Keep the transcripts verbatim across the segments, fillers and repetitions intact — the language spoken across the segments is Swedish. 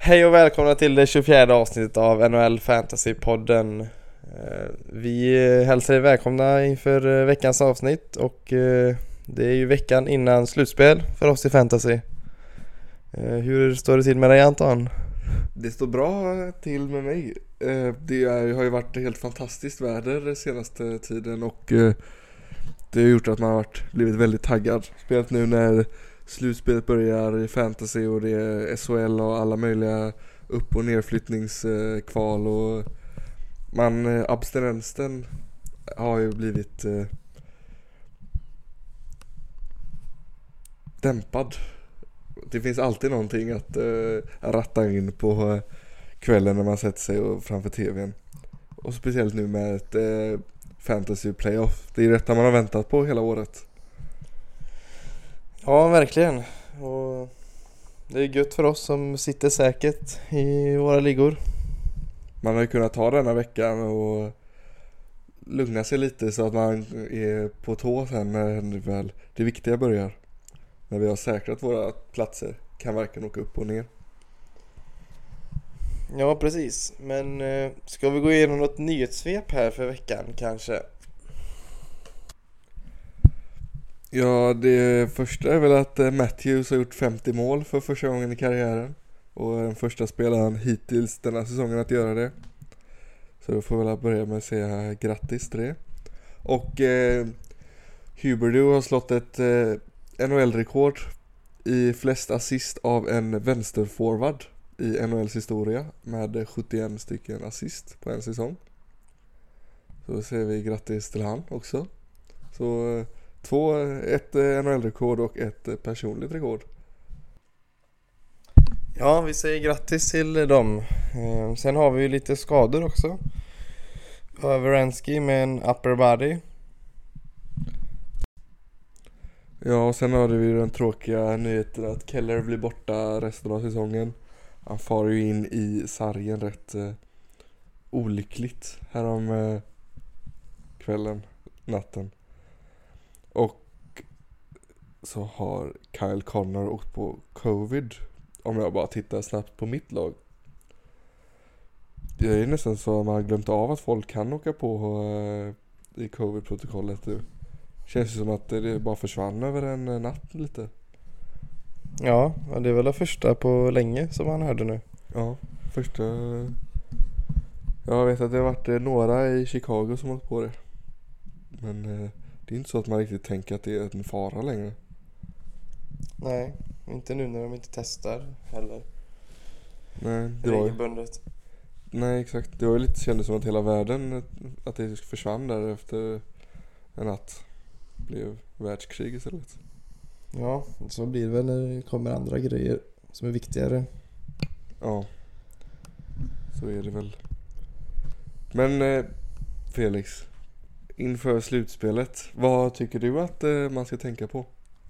Hej och välkomna till det tjugofjärde avsnittet av N H L Fantasy-podden. Vi hälsar er välkomna inför veckans avsnitt och det är ju veckan innan slutspel för oss i fantasy. Hur står det till med dig, Anton? Det står bra till med mig. Det har ju varit helt fantastiskt väder senaste tiden och det har gjort att man har varit, blivit väldigt taggad. Spelat nu när slutspelet börjar i fantasy och det är S H L och alla möjliga upp- och nedflyttningskval och man, abstinensen har ju blivit eh, dämpad. Det finns alltid någonting att eh, ratta in på eh, kvällen när man sätter sig och framför tvn. Och speciellt nu med ett eh, fantasy playoff. Det är detta man har väntat på hela året. Ja, verkligen. Och det är gött för oss som sitter säkert i våra ligor. Man har ju kunnat ta denna veckan och lugna sig lite så att man är på tå sen när väl det viktiga börjar. När vi har säkrat våra platser kan varken åka upp och ner. Ja, precis. Men eh, ska vi gå igenom något nyhetssvep här för veckan kanske? Ja, det första är väl att Matthews har gjort femtio mål för första gången i karriären. Och den första spelaren hittills den här säsongen att göra det. Så då får vi väl börja med att säga grattis till det. Och eh, Huberdeau har slått ett eh, N H L-rekord i flest assist av en vänsterforward i N H L:s historia med sjuttioen stycken assist på en säsong. Så säger vi grattis till han också. Så eh, två, ett N H L-rekord och ett personligt rekord. Ja, vi säger grattis till dem. Eh, sen har vi ju lite skador också. Werenski med en upper body. Ja, och sen har vi ju den tråkiga nyheten att Keller blir borta resten av säsongen. Han far ju in i sargen rätt eh, olyckligt här om eh, kvällen, natten. Och så har Kyle Connor åkt på covid. Om jag bara tittar snabbt på mitt lag. Det är nästan så att man har glömt av att folk kan åka på eh, i covid-protokollet nu. Känns det som att det bara försvann över en natt lite. Ja, det är väl det första på länge som man hörde nu. Ja, första... Jag vet att det har varit några i Chicago som har åkt på det. Men eh, det är inte så att man riktigt tänker att det är en fara längre. Nej, inte nu när de inte testar heller. Nej, det var ju... Regelbundet. Nej, exakt. Det var ju lite, kändes som att hela världen, att det försvann där efter en natt. Blev världskrig istället. Ja, så blir det väl när det kommer andra grejer som är viktigare. Ja, så är det väl. Men eh, Felix, inför slutspelet, vad tycker du att eh, man ska tänka på?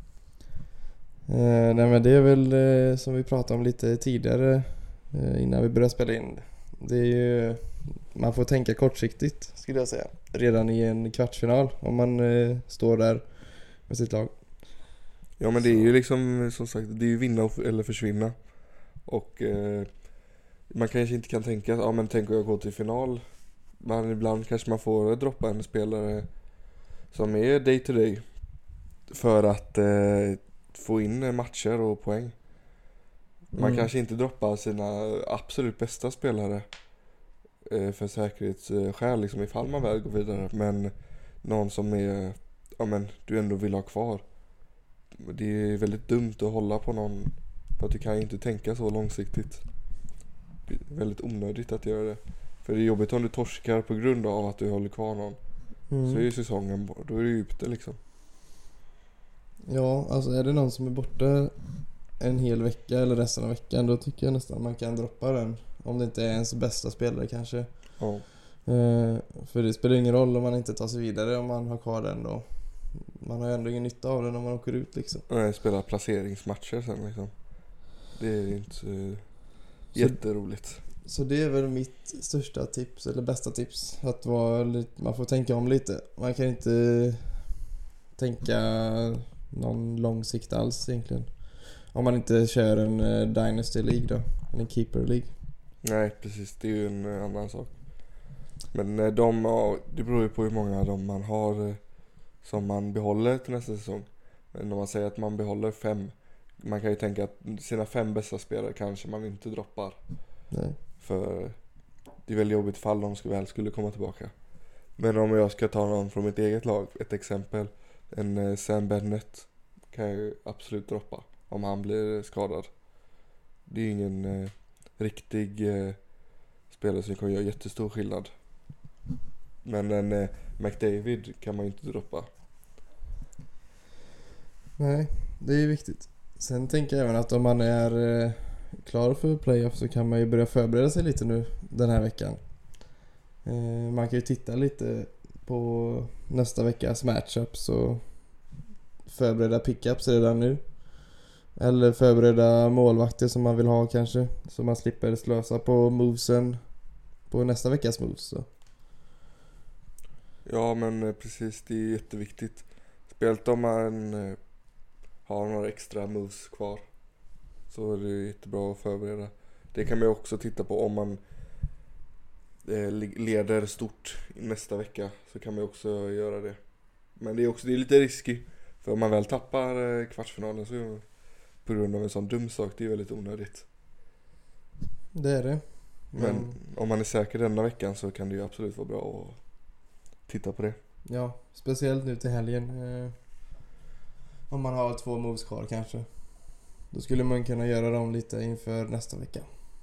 Eh, nej men det är väl eh, som vi pratade om lite tidigare eh, innan vi började spela in. Det är ju, man får tänka kortsiktigt skulle jag säga. Redan i en kvartsfinal om man eh, står där med sitt lag. Ja, men det är ju liksom som sagt, det är ju vinna eller försvinna. Och eh, man kanske inte kan tänka, ja men tänk att jag går till final. Men ibland kanske man får droppa en spelare som är day to day för att eh, få in matcher och poäng. Man Mm. kanske inte droppar sina absolut bästa spelare eh, för säkerhetsskäl liksom ifall man väl går vidare. Men någon som är, ja men du ändå vill ha kvar. Det är väldigt dumt att hålla på någon för att du kan ju inte tänka så långsiktigt. Det är väldigt onödigt att göra det. För det är jobbigt om du torskar på grund av att du håller kvar någon. Mm. Så är ju säsongen, då är det ju ute liksom. Ja, alltså är det någon som är borta en hel vecka eller resten av veckan, då tycker jag nästan man kan droppa den. Om det inte är ens bästa spelare kanske. Ja. Eh, för det spelar ingen roll om man inte tar sig vidare om man har kvar den då. Man har ju ändå ingen nytta av den när man åker ut liksom. Nej, spela placeringsmatcher sen liksom. Det är inte så jätteroligt. Så det är väl mitt största tips eller bästa tips, att vara lite, man får tänka om lite. Man kan inte tänka någon lång sikt alls egentligen. Om man inte kör en uh, Dynasty League då, en Keeper League. Nej, precis. Det är ju en uh, annan sak. Men uh, de, uh, det beror ju på hur många av dem man har uh, som man behåller till nästa säsong. Men om man säger att man behåller fem, man kan ju tänka att sina fem bästa spelare kanske man inte droppar. Nej. För det är väldigt jobbigt fall om de väl skulle komma tillbaka. Men om jag ska ta någon från mitt eget lag, ett exempel, en uh, Sam Bennett kan jag ju absolut droppa om han blir skadad. Det är ju ingen uh, riktig uh, spelare som kan göra jättestor skillnad. Men en uh, McDavid kan man ju inte droppa. Nej, det är ju viktigt. Sen tänker jag även att om man är eh, klar för playoff så kan man ju börja förbereda sig lite nu den här veckan. Eh, man kan ju titta lite på nästa veckas matchups och förbereda pickups redan nu. Eller förbereda målvakter som man vill ha kanske, så man slipper slösa på movesen på nästa veckas moves. Så. Ja, men eh, precis, det är jätteviktigt. Speciellt om man eh, har några extra moves kvar, så är det jättebra att förbereda. Det kan man ju också titta på om man eh, leder stort nästa vecka, så kan man ju också göra det. Men det är också det är lite risky, för om man väl tappar eh, kvartsfinalen så på grund av en sån dum sak, det är väldigt onödigt. Det är det. Men, Men om man är säker denna veckan så kan det ju absolut vara bra att titta på det. Ja, speciellt nu till helgen. Eh, om man har två moves kvar kanske. Då skulle man kunna göra dem lite inför nästa vecka.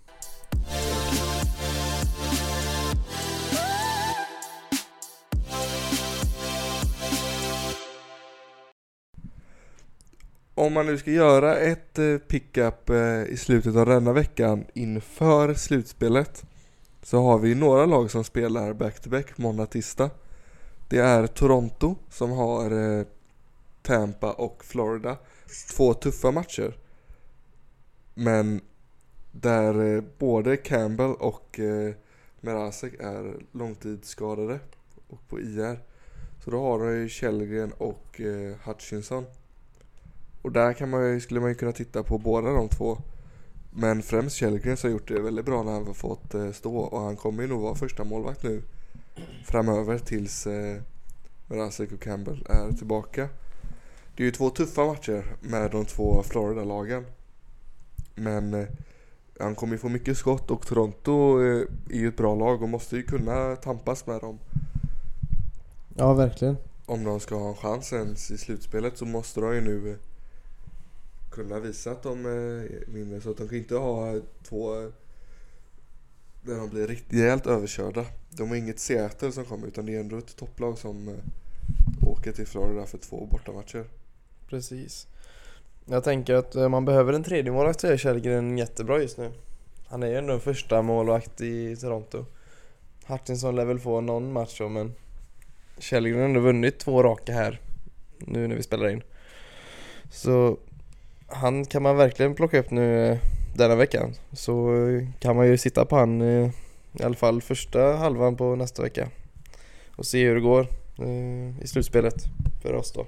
Om man nu ska göra ett eh, pickup eh, i slutet av denna veckan inför slutspelet, så har vi några lag som spelar back-to-back måndag tisdag. Det är Toronto som har eh, Tampa och Florida. Två tuffa matcher. Men där eh, både Campbell och eh, Mrazek är långtidsskadade och på I R. Så då har du Källgren och eh, Hutchinson. Och där kan man ju, skulle man ju kunna titta på båda de två. Men främst Källgren har gjort det väldigt bra när han har fått eh, stå. Och han kommer ju nog vara första målvakt nu framöver tills eh, Mrazek och Campbell är tillbaka. Det är ju två tuffa matcher med de två Florida-lagen. Men eh, han kommer ju få mycket skott, och Toronto eh, är ju ett bra lag och måste ju kunna tampas med dem. Ja, verkligen. Om de ska ha en chans ens i slutspelet så måste de ju nu eh, kunna visa att de eh, vinner. Så att de kan inte ha två eh, där de blir riktigt rejält överkörda. De har inget Seattle som kommer, utan det är ändå ett topplag som eh, åker till Florida för två bortamatcher. Precis. Jag tänker att eh, man behöver en tredje målvakt, så är Källgren jättebra just nu. Han är ju ändå en första målvakt i Toronto. Hutchinson lär väl få någon match då, men Källgren har ändå vunnit två raka här nu när vi spelar in. Så han kan man verkligen plocka upp nu eh, denna veckan. Så eh, kan man ju sitta på han eh, i alla fall första halvan på nästa vecka och se hur det går eh, i slutspelet för oss då.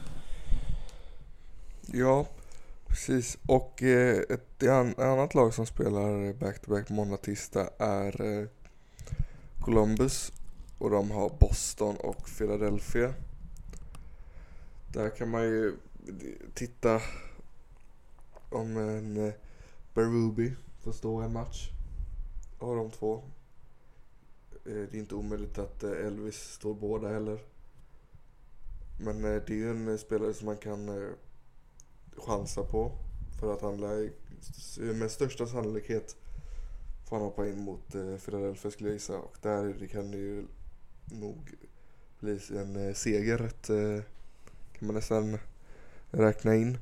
Ja, precis. Och eh, ett an- annat lag som spelar back-to-back måndag tisdag är eh, Columbus. Och de har Boston och Philadelphia. Där kan man ju titta om en eh, Berube får stå en match av de två. Eh, det är inte omöjligt att eh, Elvis står båda heller. Men eh, det är ju en eh, spelare som man kan eh, chansa på. För att han lär, med största sannolikhet får han hoppa in mot eh, Philadelphia, skulle jag gissa. Och där det kan det ju nog bli en eh, seger rätt, eh, kan man nästan räkna in.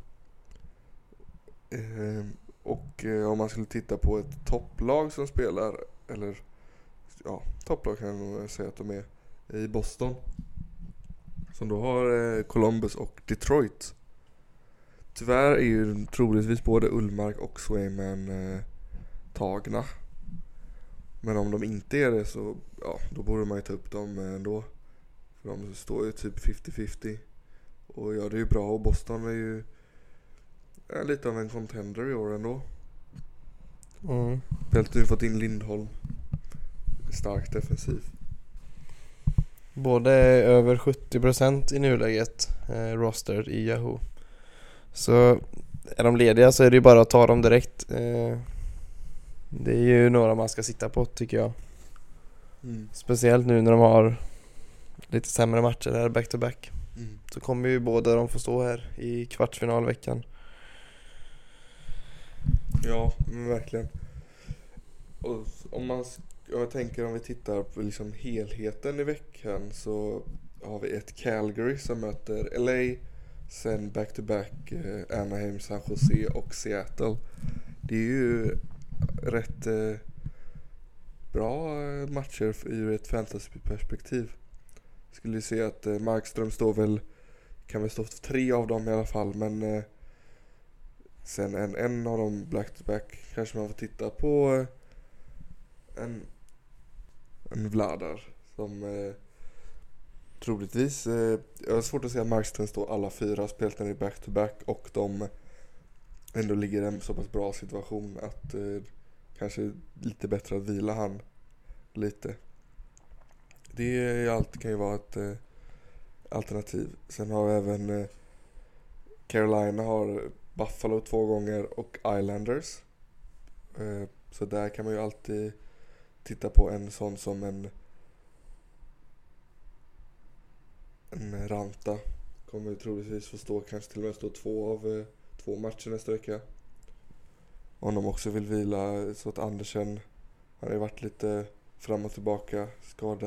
Eh, och eh, om man skulle titta på ett topplag som spelar, eller ja, topplag kan jag nog säga att de är i Boston, som då har eh, Columbus och Detroit. Tyvärr är ju troligtvis både Ullmark och Swayman eh, tagna. Men om de inte är det så ja, då borde man ju ta upp dem ändå. För de står ju typ femtio femtio och gör det ju bra. Och Boston är ju är lite av en contender i år ändå. Mm. Helt nu fått in Lindholm. Stark defensiv. Både över sjuttio procent i nuläget eh, roster i Yahoo. Så är de lediga så är det ju bara att ta dem direkt. Eh, det är ju några man ska sitta på tycker jag. Mm. Speciellt nu när de har lite sämre matcher här back to back. Mm. Så kommer ju båda de få stå här i kvartsfinalveckan. Ja, men verkligen. Och om man, jag tänker om vi tittar på liksom helheten i veckan, så har vi ett Calgary som möter L A, sen back-to-back eh, Anaheim, San Jose och Seattle. Det är ju rätt eh, bra matcher ur ett fantasyperspektiv. Skulle se att eh, Markström står väl, kan väl stå för tre av dem i alla fall, men eh, sen en, en av dem back-to-back kanske man får titta på eh, en, en Vladar som eh, troligtvis, eh, jag har svårt att säga att Markström står alla fyra spelten i back-to-back och de ändå ligger i en så pass bra situation att eh, kanske lite bättre att vila han lite. Det är allt, kan ju vara ett eh, alternativ. Sen har vi även eh, Carolina har Buffalo två gånger och Islanders. Eh, så där kan man ju alltid titta på en sån som en en Ranta. Kommer ju troligtvis få stå, kanske till och med stå två av eh, två matcher nästa vecka. Om de också vill vila, så att Andersen, han har ju varit lite fram och tillbaka skada.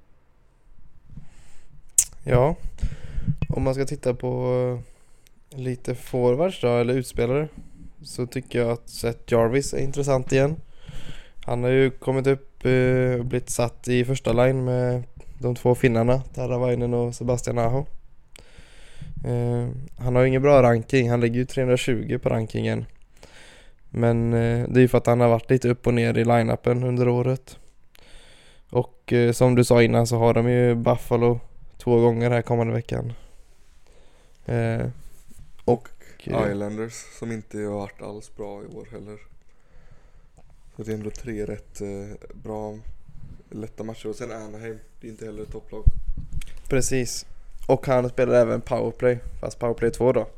Ja, om man ska titta på lite forwards då, eller utspelare, så tycker jag att Seth Jarvis är intressant igen. Han har ju kommit upp och blivit satt i första line med de två finnarna, Taravainen och Sebastian Aho. Uh, han har ju ingen bra ranking, han ligger ju trehundratjugo på rankingen. Men uh, det är ju för att han har varit lite upp och ner i line-upen under året. Och uh, som du sa innan så har de ju Buffalo två gånger här kommande veckan. Uh, och uh, Islanders som inte har varit alls bra i år heller. Så det är ändå tre rätt uh, bra lätta matcher. Och sen Anaheim, det är inte heller ett topplag. Precis. Och han spelar även powerplay, fast powerplay två då.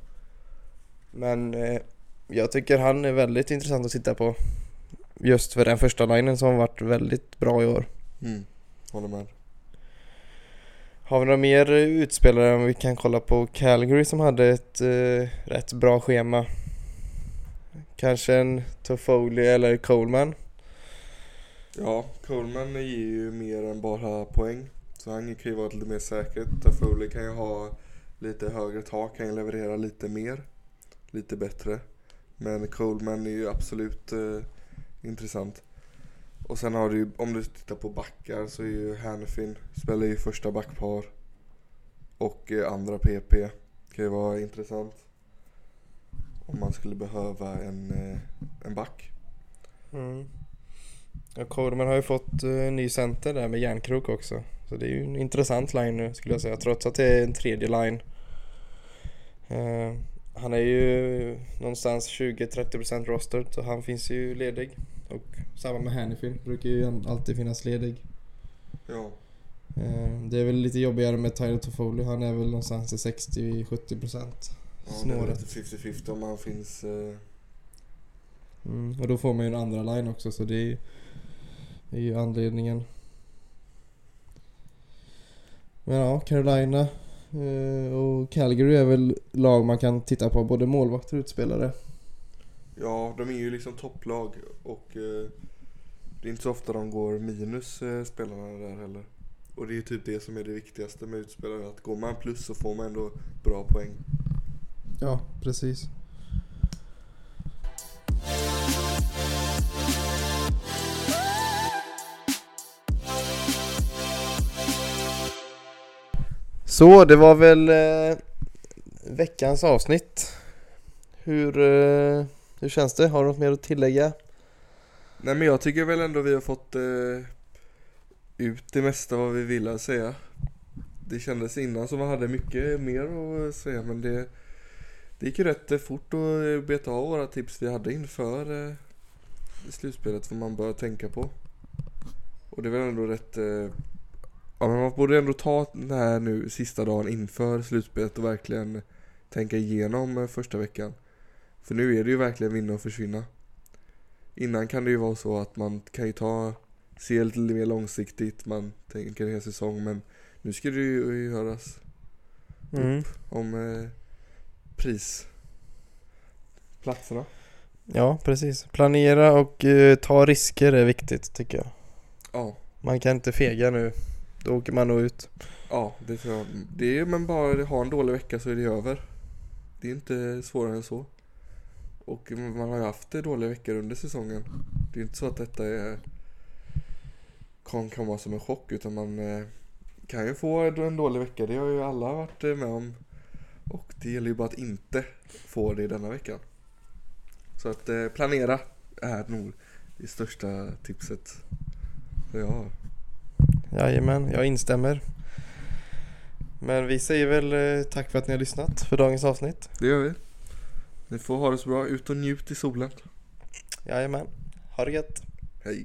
Men eh, jag tycker han är väldigt intressant att titta på. Just för den första linen som har varit väldigt bra i år. Mm, håller med. Har vi några mer utspelare om vi kan kolla på? Calgary som hade ett eh, rätt bra schema. Kanske en Toffoli eller Coleman. Ja, Coleman ger ju mer än bara poäng. Så han kan ju vara lite mer säkert. Toffoli kan ju ha lite högre tak, kan ju leverera lite mer. Lite bättre. Men Coleman är ju absolut eh, intressant. Och sen har du ju, om du tittar på backar, så är ju Hanifin spelar ju första backpar. Och eh, andra P P. Kan ju vara intressant. Om man skulle behöva en, eh, en back. Mm. Ja, Coleman har ju fått uh, ny center där med järnkrok också. Så det är ju en intressant line nu skulle jag säga. Trots att det är en tredje line. Uh, han är ju någonstans tjugo till trettio procent roster. Så han finns ju ledig. Och samma med Hanifin. Brukar ju alltid finnas ledig. Ja. Uh, det är väl lite jobbigare med Tyler Toffoli. Han är väl någonstans till sextio till sjuttio procent. Ja, det är lite femtio femtio om han finns... Uh... Mm, och då får man ju en andra line också. Så det är, det är ju anledningen. Men ja, Carolina eh, och Calgary är väl lag man kan titta på. Både målvakter och utspelare. Ja, de är ju liksom topplag. Och eh, det är inte så ofta de går minus eh, spelarna där heller. Och det är ju typ det som är det viktigaste med utspelare. Att går man plus så får man ändå bra poäng. Ja, precis. Så det var väl eh, veckans avsnitt. Hur, eh, hur känns det? Har du något mer att tillägga? Nej, men jag tycker väl ändå vi har fått eh, ut det mesta vad vi ville säga. Det kändes innan som man hade mycket mer att säga, men det, Det gick ju rätt fort att beta av våra tips vi hade inför eh, slutspelet, som man bör tänka på. Och det är väl ändå rätt... Eh, ja, men man borde ändå ta den här nu sista dagen inför slutspelet och verkligen tänka igenom eh, första veckan. För nu är det ju verkligen vinna och försvinna. Innan kan det ju vara så att man kan ju ta... se lite mer långsiktigt, man tänker en hel säsong, men nu ska det ju höras Mm. upp om eh, prisplatserna. Ja, precis. Planera och uh, ta risker är viktigt, tycker jag. Ja, Man kan inte fega nu. Då åker man nog ut. ja, det tror jag. Det är, men bara ha en dålig vecka så är det över. Det är inte svårare än så. Och man har ju haft dåliga veckor under säsongen. Det är inte så att detta är kan komma som en chock, utan man eh, kan ju få en dålig vecka. Det har ju alla varit med om. Och det gäller ju bara att inte få det denna veckan. Så att eh, planera är nog det största tipset. Så ja. Jajamän, jag instämmer. Men vi säger väl eh, tack för att ni har lyssnat för dagens avsnitt. Det gör vi. Ni får ha det så bra. Ut och njut i solen. Jajamän, ha det gött. Hej.